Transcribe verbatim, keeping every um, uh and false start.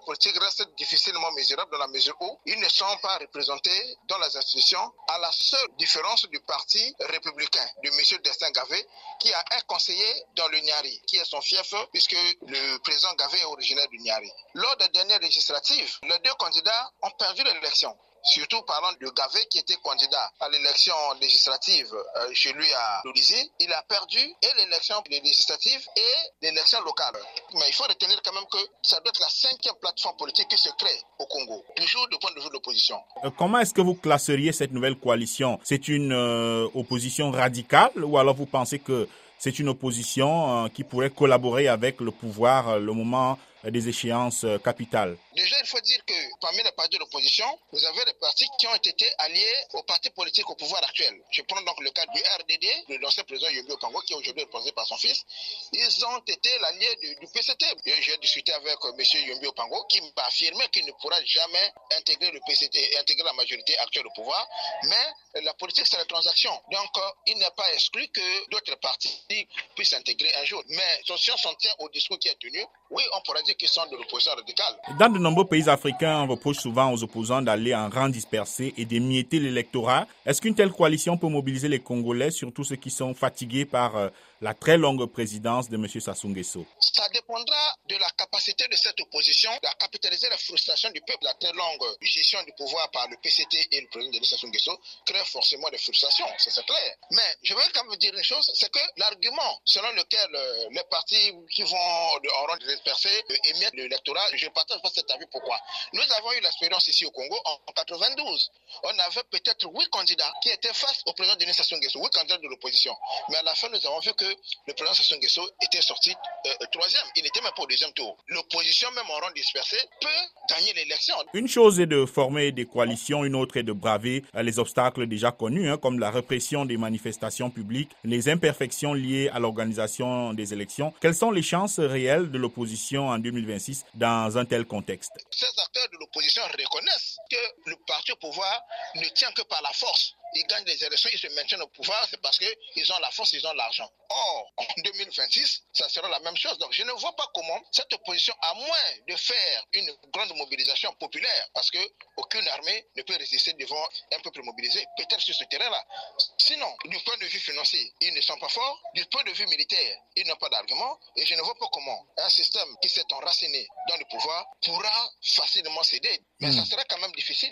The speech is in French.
politique reste difficilement mesurable dans la mesure où ils ne sont pas représentés dans les institutions, à la seule différence du parti républicain de M. Destin Gavé, qui a un conseiller dans le Niari, qui est son fief, puisque le président Gavé est originaire du Niari. Lors des dernières législatives, les deux candidats ont perdu l'élection. Surtout parlant de Gavé qui était candidat à l'élection législative euh, chez lui à Lodizi, il a perdu et l'élection législative et l'élection locale. Mais il faut retenir quand même que ça doit être la cinquième plateforme politique qui se crée au Congo, toujours du point de vue de l'opposition. Euh, comment est-ce que vous classeriez cette nouvelle coalition? C'est une euh, opposition radicale ou alors vous pensez que c'est une opposition euh, qui pourrait collaborer avec le pouvoir euh, le moment des échéances euh, capitales? Déjà, il faut dire que parmi les partis de l'opposition, vous avez des partis qui ont été alliés aux partis politiques au pouvoir actuel. Je prends donc le cas du R D D, de l'ancien président Yombi Opango, qui est aujourd'hui représenté par son fils. Ils ont été l'allié du, du P C T. J'ai discuté avec euh, M. Yombi Opango, qui m'a affirmé qu'il ne pourra jamais intégrer le P C T, intégrer la majorité actuelle au pouvoir. Mais la politique, c'est la transaction. Donc, euh, il n'est pas exclu que d'autres partis puissent s'intégrer un jour. Mais si on s'en tient au discours qui est tenu, oui, on pourra dire qu'ils sont de l'opposition radicale. Dans de nombreux pays africains, on reproche souvent aux opposants d'aller en rang dispersé et d'émietter l'électorat. Est-ce qu'une telle coalition peut mobiliser les Congolais, surtout ceux qui sont fatigués par euh, la très longue présidence de M. Sassou Nguesso? Ça dépendra de la capacité de cette opposition à capitaliser la frustration du peuple. La très longue gestion du pouvoir par le P C T et le président de Sassou Nguesso crée forcément des frustrations, ça c'est clair. Mais je veux quand même dire une chose, c'est que l'argument selon lequel euh, les partis qui vont en rang dispersé euh, émettent l'électorat, je ne partage pas cet avis. Pourquoi? Nous avons eu l'expérience ici au Congo en quatre-vingt-douze. On avait peut-être huit candidats qui étaient face au président Denis Sassou Nguesso, huit candidats de l'opposition. Mais à la fin, nous avons vu que le président Sassou Nguesso était sorti euh, troisième. Il n'était même pas au deuxième tour. L'opposition, même en rang dispersé, peut gagner l'élection. Une chose est de former des coalitions, une autre est de braver les obstacles déjà connus, hein, comme la répression des manifestations publiques, les imperfections liées à l'organisation des élections. Quelles sont les chances réelles de l'opposition en deux mille vingt-six dans un tel contexte? Ces acteurs de l'opposition reconnaissent que le parti au pouvoir ne tient que par la force. Ils gagnent les élections, ils se maintiennent au pouvoir, c'est parce qu'ils ont la force, ils ont l'argent. Or, en deux mille vingt-six, ça sera la même chose. Donc, je ne vois pas comment cette opposition, à moins de faire une grande mobilisation populaire, parce qu'aucune armée ne peut résister devant un peuple mobilisé, peut-être sur ce terrain-là. Sinon, du point de vue financier, ils ne sont pas forts. Du point de vue militaire, ils n'ont pas d'argument. Et je ne vois pas comment un système qui s'est enraciné dans le pouvoir pourra facilement céder. Mais mmh. ça sera quand même difficile.